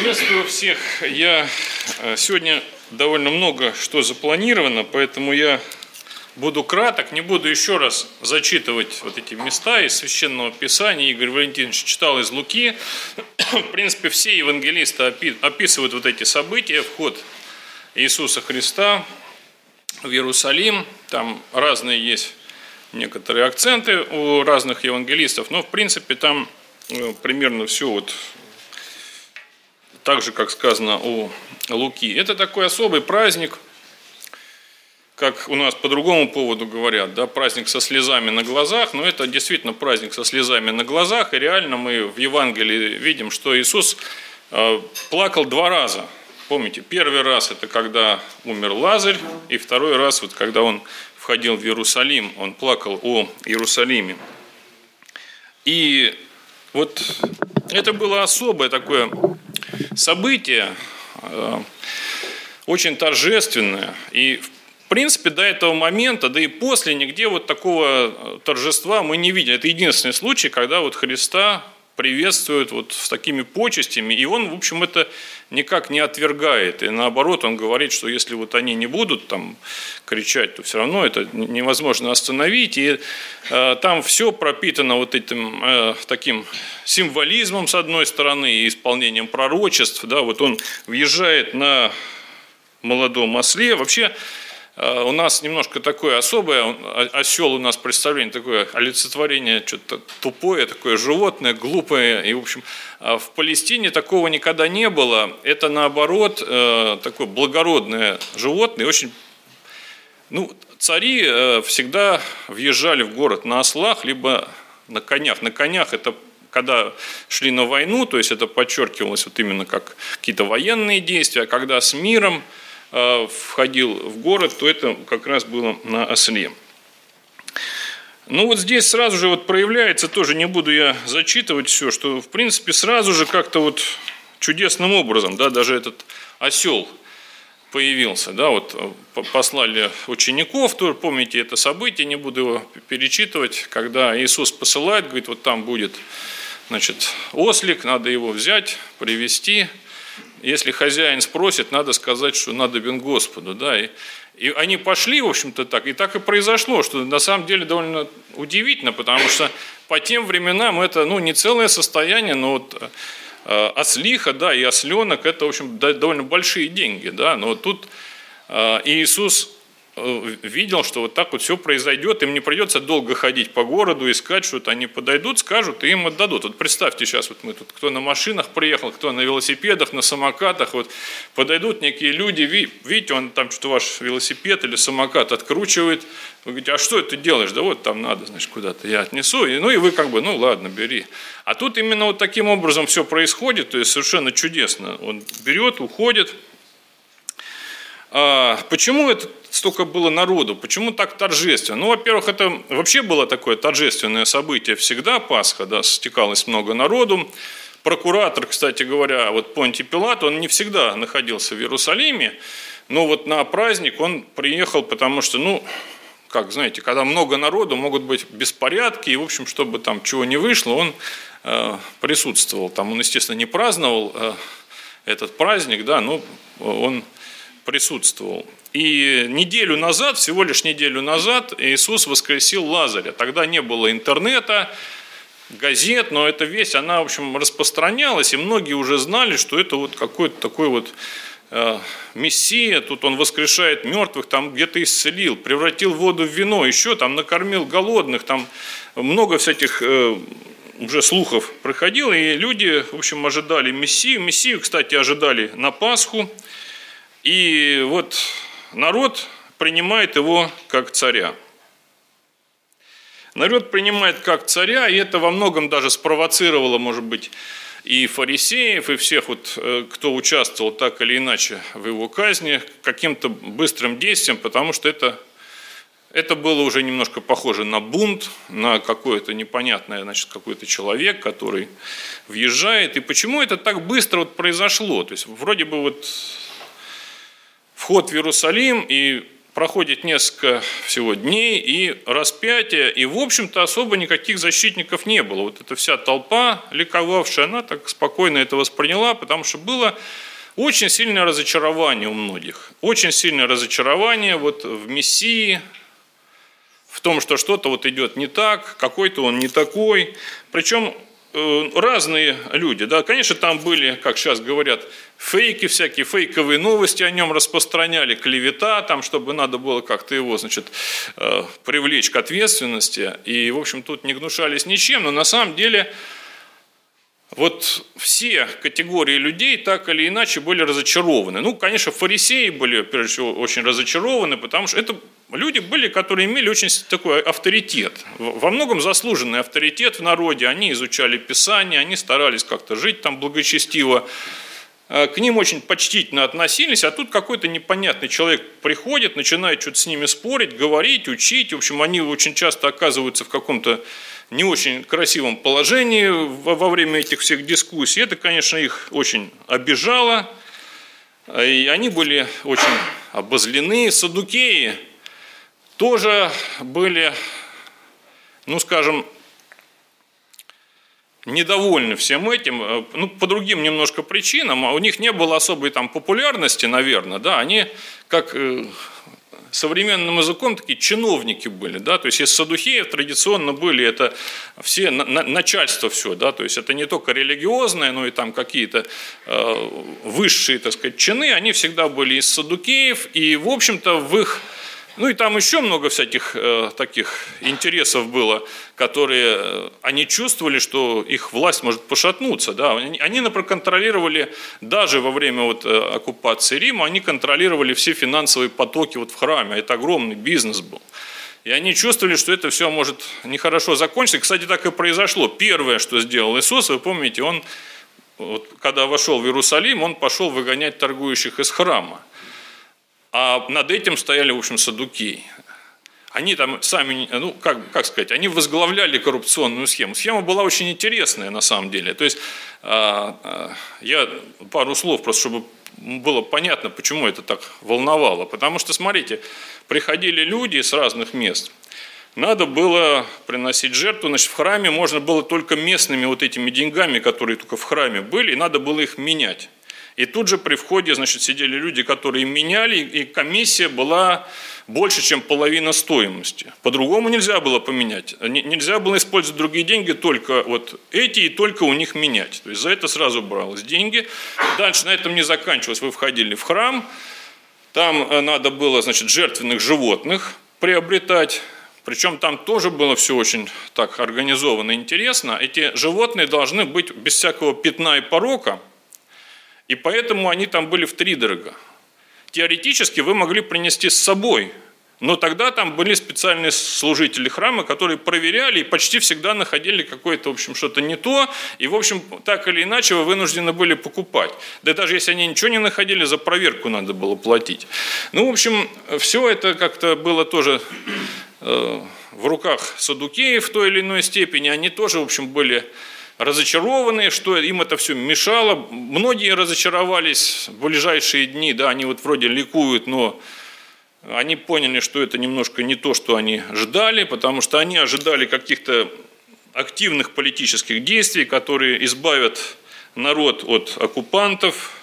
Приветствую всех. Я сегодня довольно много что запланировано, поэтому я буду краток, не буду еще раз зачитывать вот эти места из Священного Писания. Игорь Валентинович читал из Луки. В принципе, все евангелисты описывают вот эти события, вход Иисуса Христа в Иерусалим. Там разные есть некоторые акценты у разных евангелистов, но в принципе там примерно все вот так же, как сказано у Луки. Это такой особый праздник, как у нас по другому поводу говорят, да, праздник со слезами на глазах, но это действительно праздник со слезами на глазах, и реально мы в Евангелии видим, что Иисус плакал 2 раза. Помните, первый раз это когда умер Лазарь, и второй раз, вот когда он входил в Иерусалим, он плакал о Иерусалиме. И вот это было особое такое событие, очень торжественное. И в принципе до этого момента, да и после, нигде вот такого торжества мы не видели. Это единственный случай, когда вот Христа приветствуют вот с такими почестями, и он, в общем, это никак не отвергает. И наоборот, он говорит, что если вот они не будут там кричать, то все равно это невозможно остановить. И там все пропитано вот этим таким символизмом, с одной стороны, и исполнением пророчеств. Да, вот он въезжает на молодом осле. Вообще, у нас немножко такое особое, осел у нас представление, такое олицетворение, что-то тупое, такое животное, глупое. И, в общем, в Палестине такого никогда не было. Это, наоборот, такое благородное животное. Очень, цари всегда въезжали в город на ослах, либо на конях. На конях это когда шли на войну, то есть это подчеркивалось вот именно как какие-то военные действия, а когда с миром входил в город, то это как раз было на осле. Ну вот здесь сразу же вот проявляется, тоже не буду я зачитывать все, что в принципе сразу же как-то вот чудесным образом, да, даже этот осел появился, да, вот послали учеников, тоже помните это событие, не буду его перечитывать, когда Иисус посылает, говорит, вот там будет, значит, ослик, надо его взять, привезти. Если хозяин спросит, надо сказать, что надобен Господу. Да? И они пошли, в общем-то, так. И так и произошло, что на самом деле довольно удивительно, потому что по тем временам это не целое состояние, но вот ослиха, да, и осленок – это, в общем, довольно большие деньги. Да? Но тут Иисус видел, что вот так вот все произойдет, им не придется долго ходить по городу, искать что-то, они подойдут, скажут, и им отдадут. Вот представьте сейчас, вот мы тут, кто на машинах приехал, кто на велосипедах, на самокатах, вот подойдут некие люди, видите, он там что-то ваш велосипед или самокат откручивает, вы говорите, а что ты делаешь? Да вот там надо, значит, куда-то я отнесу, и вы как бы, ладно, бери. А тут именно вот таким образом все происходит, то есть совершенно чудесно. Он берет, уходит. Почему это столько было народу? Почему так торжественно? Во-первых, это вообще было такое торжественное событие. Всегда Пасха, да, стекалось много народу. Прокуратор, кстати говоря, вот Понтий Пилат, он не всегда находился в Иерусалиме, но вот на праздник он приехал, потому что, как знаете, когда много народу, могут быть беспорядки, и, в общем, чтобы там чего не вышло, он присутствовал. Там он, естественно, не праздновал этот праздник, да, но он присутствовал. И всего лишь неделю назад Иисус воскресил Лазаря. Тогда не было интернета, газет, но эта весть, она, в общем, распространялась, и многие уже знали, что это вот какой-то такой вот Мессия, тут он воскрешает мертвых, там где-то исцелил, превратил воду в вино, еще там накормил голодных, там много всяких уже слухов проходило, и люди, в общем, ожидали Мессию. Мессию, кстати, ожидали на Пасху. И вот народ принимает его как царя. Народ принимает как царя, и это во многом даже спровоцировало, может быть, и фарисеев, и всех, вот, кто участвовал так или иначе в его казни, каким-то быстрым действием, потому что это было уже немножко похоже на бунт, на какое-то непонятное, значит, какой-то человек, который въезжает. И почему это так быстро вот произошло? То есть вроде бы вот вход в Иерусалим, и проходит несколько всего дней и распятие, и, в общем-то, особо никаких защитников не было. Вот эта вся толпа ликовавшая, она так спокойно это восприняла, потому что было очень сильное разочарование у многих. Очень сильное разочарование вот в Мессии, в том, что что-то вот идет не так, какой-то он не такой. Причем разные люди, да, конечно, там были, как сейчас говорят, фейки всякие, фейковые новости о нем распространяли, клевета, там, чтобы надо было как-то его, значит, привлечь к ответственности. И, в общем, тут не гнушались ничем, но на самом деле вот все категории людей так или иначе были разочарованы. Ну, конечно, фарисеи были, прежде всего, очень разочарованы, потому что это люди были, которые имели очень такой авторитет, во многом заслуженный авторитет в народе. Они изучали Писание, они старались как-то жить там благочестиво. К ним очень почтительно относились, а тут какой-то непонятный человек приходит, начинает что-то с ними спорить, говорить, учить. В общем, они очень часто оказываются в каком-то не очень красивом положении во время этих всех дискуссий. Это, конечно, их очень обижало, и они были очень обозлены. Саддукеи тоже были, ну, скажем, недовольны всем этим, ну, по другим немножко причинам. У них не было особой там популярности, наверное, да, они, как современным языком, такие чиновники были, да, то есть из саддукеев традиционно были это все начальство все, да, то есть это не только религиозное, но и там какие-то высшие, так сказать, чины, они всегда были из саддукеев, и, в общем-то, в их, ну и там еще много всяких таких интересов было, которые они чувствовали, что их власть может пошатнуться. Да. Они, например, контролировали, даже во время вот оккупации Рима, они контролировали все финансовые потоки вот в храме. Это огромный бизнес был. И они чувствовали, что это все может нехорошо закончиться. И, кстати, так и произошло. Первое, что сделал Иисус, вы помните, он, вот, когда вошел в Иерусалим, он пошел выгонять торгующих из храма. А над этим стояли, в общем, саддукеи. Они там сами, ну, как сказать, они возглавляли коррупционную схему. Схема была очень интересная на самом деле. То есть, я пару слов просто, чтобы было понятно, почему это так волновало. Потому что, смотрите, приходили люди с разных мест. Надо было приносить жертву, значит, в храме можно было только местными вот этими деньгами, которые только в храме были, и надо было их менять. И тут же при входе, значит, сидели люди, которые меняли, и комиссия была больше, чем половина стоимости. По-другому нельзя было поменять. Нельзя было использовать другие деньги, только вот эти, и только у них менять. То есть за это сразу бралось деньги. Дальше на этом не заканчивалось. Вы входили в храм, там надо было, значит, жертвенных животных приобретать. Причем там тоже было все очень так организовано и интересно. Эти животные должны быть без всякого пятна и порока. И поэтому они там были втридорога. Теоретически вы могли принести с собой, но тогда там были специальные служители храма, которые проверяли и почти всегда находили какое-то, в общем, что-то не то, и, в общем, так или иначе вы вынуждены были покупать. Да даже если они ничего не находили, за проверку надо было платить. Ну, в общем, все это как-то было тоже в руках саддукеев в той или иной степени. Они тоже, в общем, были разочарованы, что им это все мешало. Многие разочаровались в ближайшие дни, да, они вот вроде ликуют, но они поняли, что это немножко не то, что они ждали, потому что они ожидали каких-то активных политических действий, которые избавят народ от оккупантов,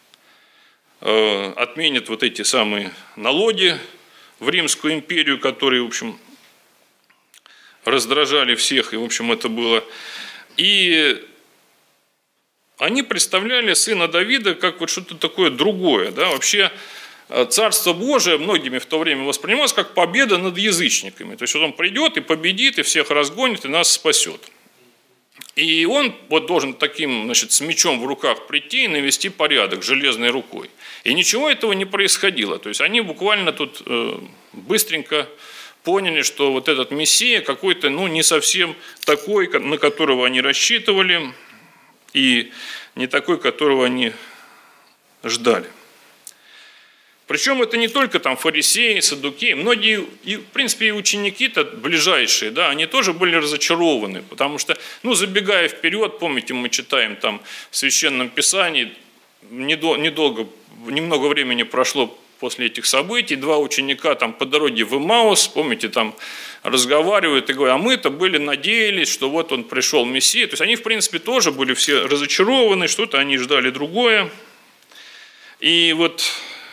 отменят вот эти самые налоги в Римскую империю, которые, в общем, раздражали всех, и, в общем, это было. И они представляли сына Давида как вот что-то такое другое. Да? Вообще Царство Божие многими в то время воспринималось как победа над язычниками. То есть вот он придет и победит, и всех разгонит, и нас спасет. И он вот должен таким, значит, с мечом в руках прийти и навести порядок железной рукой. И ничего этого не происходило. То есть они буквально тут быстренько поняли, что вот этот Мессия какой-то, ну, не совсем такой, на которого они рассчитывали, и не такой, которого они ждали. Причем это не только там фарисеи, саддукеи, многие, и, в принципе, и ученики-то ближайшие, да, они тоже были разочарованы, потому что, ну, забегая вперед, помните, мы читаем там в Священном Писании, немного времени прошло после этих событий. Два ученика там по дороге в Эмаус, помните, там разговаривают и говорят, а мы-то надеялись, что вот он пришел Мессия. То есть они, в принципе, тоже были все разочарованы, что-то они ждали другое. И вот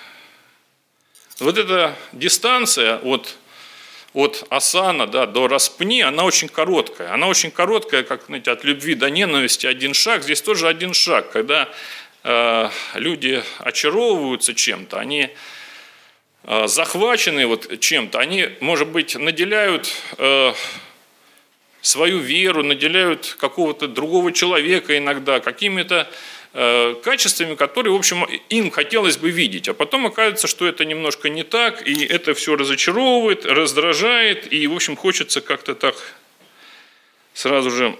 эта дистанция от Асана, до распни, она очень короткая. Она очень короткая, как, знаете, от любви до ненависти один шаг. Здесь тоже один шаг, когда люди очаровываются чем-то, они захвачены чем-то, они, может быть, наделяют свою веру, наделяют какого-то другого человека иногда какими-то качествами, которые, в общем, им хотелось бы видеть. А потом оказывается, что это немножко не так, и это все разочаровывает, раздражает, и, в общем, хочется как-то так сразу же...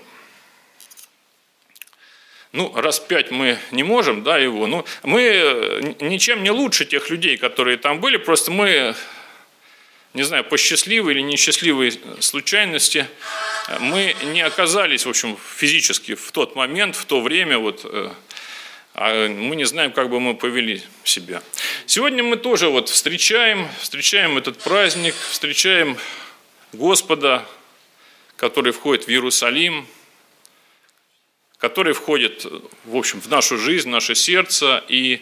распять мы не можем, его, но мы ничем не лучше тех людей, которые там были, просто мы, не знаю, по счастливой или несчастливой случайности, мы не оказались, в общем, физически в тот момент, в то время, мы не знаем, как бы мы повели себя. Сегодня мы тоже встречаем этот праздник, встречаем Господа, который входит в Иерусалим, который входит, в общем, в нашу жизнь, в наше сердце. И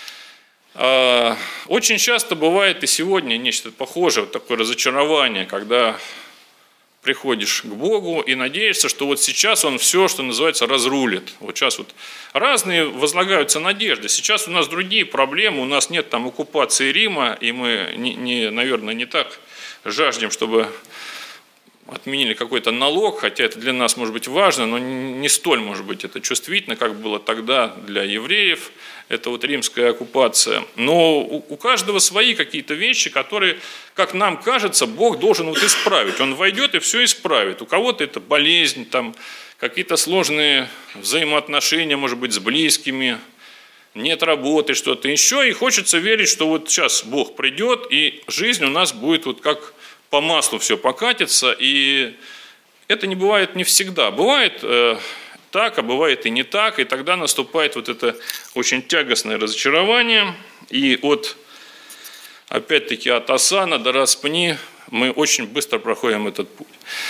очень часто бывает и сегодня нечто похожее, такое разочарование, когда приходишь к Богу и надеешься, что сейчас Он все, что называется, разрулит. Сейчас разные возлагаются надежды. Сейчас у нас другие проблемы, у нас нет там оккупации Рима, и мы, наверное, не так жаждем, чтобы отменили какой-то налог, хотя это для нас может быть важно, но не столь, может быть, это чувствительно, как было тогда для евреев, это римская оккупация. Но у каждого свои какие-то вещи, которые, как нам кажется, Бог должен исправить. Он войдет и все исправит. У кого-то это болезнь, там, какие-то сложные взаимоотношения, может быть, с близкими, нет работы, что-то еще, и хочется верить, что сейчас Бог придет, и жизнь у нас будет как по маслу все покатится, и это не бывает не всегда. Бывает так, а бывает и не так, и тогда наступает это очень тягостное разочарование, и опять-таки от Асана до распни мы очень быстро проходим этот путь.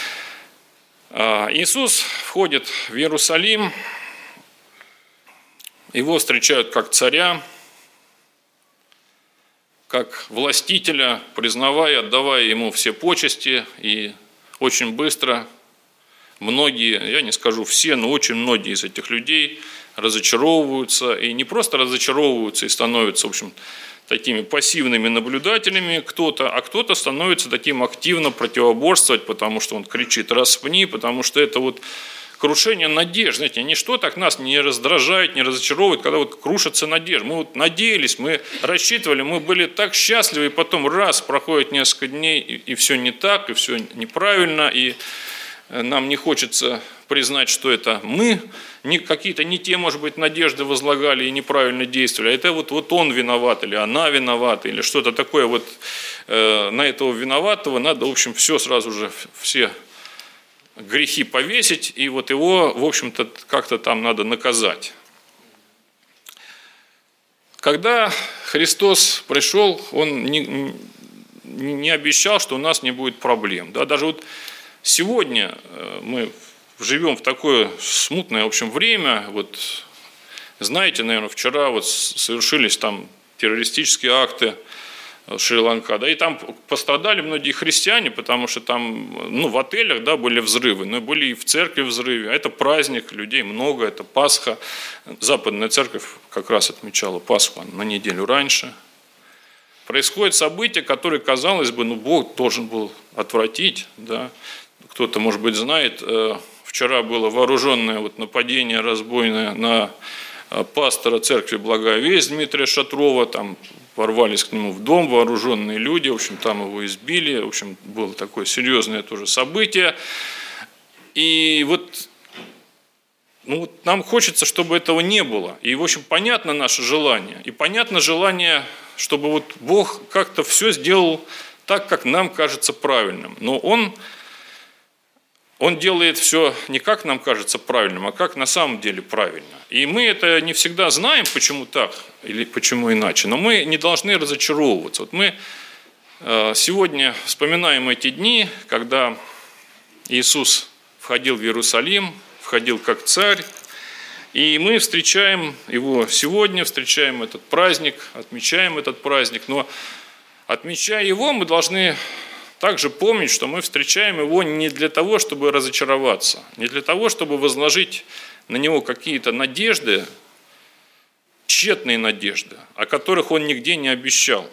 Иисус входит в Иерусалим, его встречают как царя, как властителя, признавая, отдавая ему все почести, и очень быстро многие, я не скажу все, но очень многие из этих людей разочаровываются, и не просто разочаровываются и становятся, в общем, такими пассивными наблюдателями а кто-то становится таким активно противоборствовать, потому что он кричит «распни», потому что это крушение надежд. Знаете, ничто так нас не раздражает, не разочаровывает, когда крушится надежда. Мы надеялись, мы рассчитывали, мы были так счастливы, и потом проходит несколько дней, и все не так, и все неправильно, и нам не хочется признать, что это мы какие-то не те, может быть, надежды возлагали и неправильно действовали, а это он виноват, или она виновата, или что-то такое на этого виноватого надо, в общем, все сразу же, все грехи повесить, и его, в общем-то, как-то там надо наказать. Когда Христос пришел, Он не обещал, что у нас не будет проблем. Даже сегодня мы живем в такое смутное, в общем, время. Знаете, наверное, вчера совершились там террористические акты, Шри-Ланка, и там пострадали многие христиане, потому что там, в отелях, были взрывы, но были и в церкви взрывы. Это праздник, людей много, это Пасха. Западная церковь как раз отмечала Пасху на неделю раньше. Происходят события, которые, казалось бы, Бог должен был отвратить. Кто-то, может быть, знает, вчера было вооруженное нападение разбойное на пастора церкви «Благая весть» Дмитрия Шатрова, там ворвались к нему в дом вооруженные люди, в общем, там его избили, в общем, было такое серьезное тоже событие. И нам хочется, чтобы этого не было. И, в общем, понятно наше желание. И понятно желание, чтобы Бог как-то все сделал так, как нам кажется правильным. Но Он Он делает все не как нам кажется правильным, а как на самом деле правильно. И мы это не всегда знаем, почему так или почему иначе, но мы не должны разочаровываться. Вот мы сегодня вспоминаем эти дни, когда Иисус входил в Иерусалим, входил как царь, и мы встречаем его сегодня, встречаем этот праздник, отмечаем этот праздник, но отмечая его, мы должны также помнить, что мы встречаем его не для того, чтобы разочароваться, не для того, чтобы возложить на него какие-то надежды, тщетные надежды, о которых он нигде не обещал.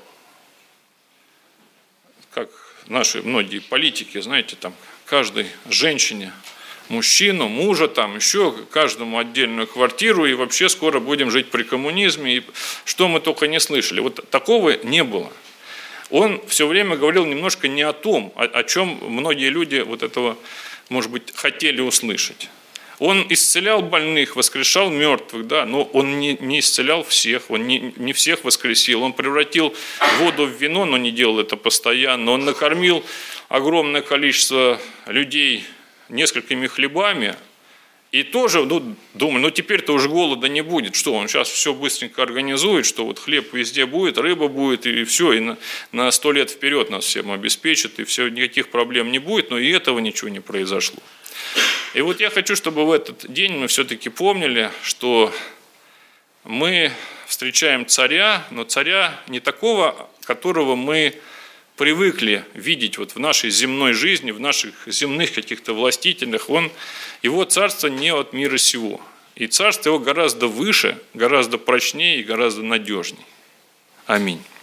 Как наши многие политики, знаете, там каждой женщине, мужчину, мужа, там еще каждому отдельную квартиру, и вообще скоро будем жить при коммунизме, и что мы только не слышали. Вот такого не было. Он все время говорил немножко не о том, о чем многие люди вот этого, может быть, хотели услышать. Он исцелял больных, воскрешал мертвых, да, но он не исцелял всех, он не всех воскресил. Он превратил воду в вино, но не делал это постоянно. Он накормил огромное количество людей несколькими хлебами. И тоже, думаю, теперь-то уже голода не будет. Что, он сейчас все быстренько организует, что вот хлеб везде будет, рыба будет, и все, и на 100 лет вперед нас всем обеспечит, и все, никаких проблем не будет, но и этого ничего не произошло. И вот я хочу, чтобы в этот день мы все-таки помнили, что мы встречаем царя, но царя не такого, которого мы привыкли видеть вот в нашей земной жизни, в наших земных каких-то властителях. Его царство не от мира сего. И царство его гораздо выше, гораздо прочнее и гораздо надежнее. Аминь.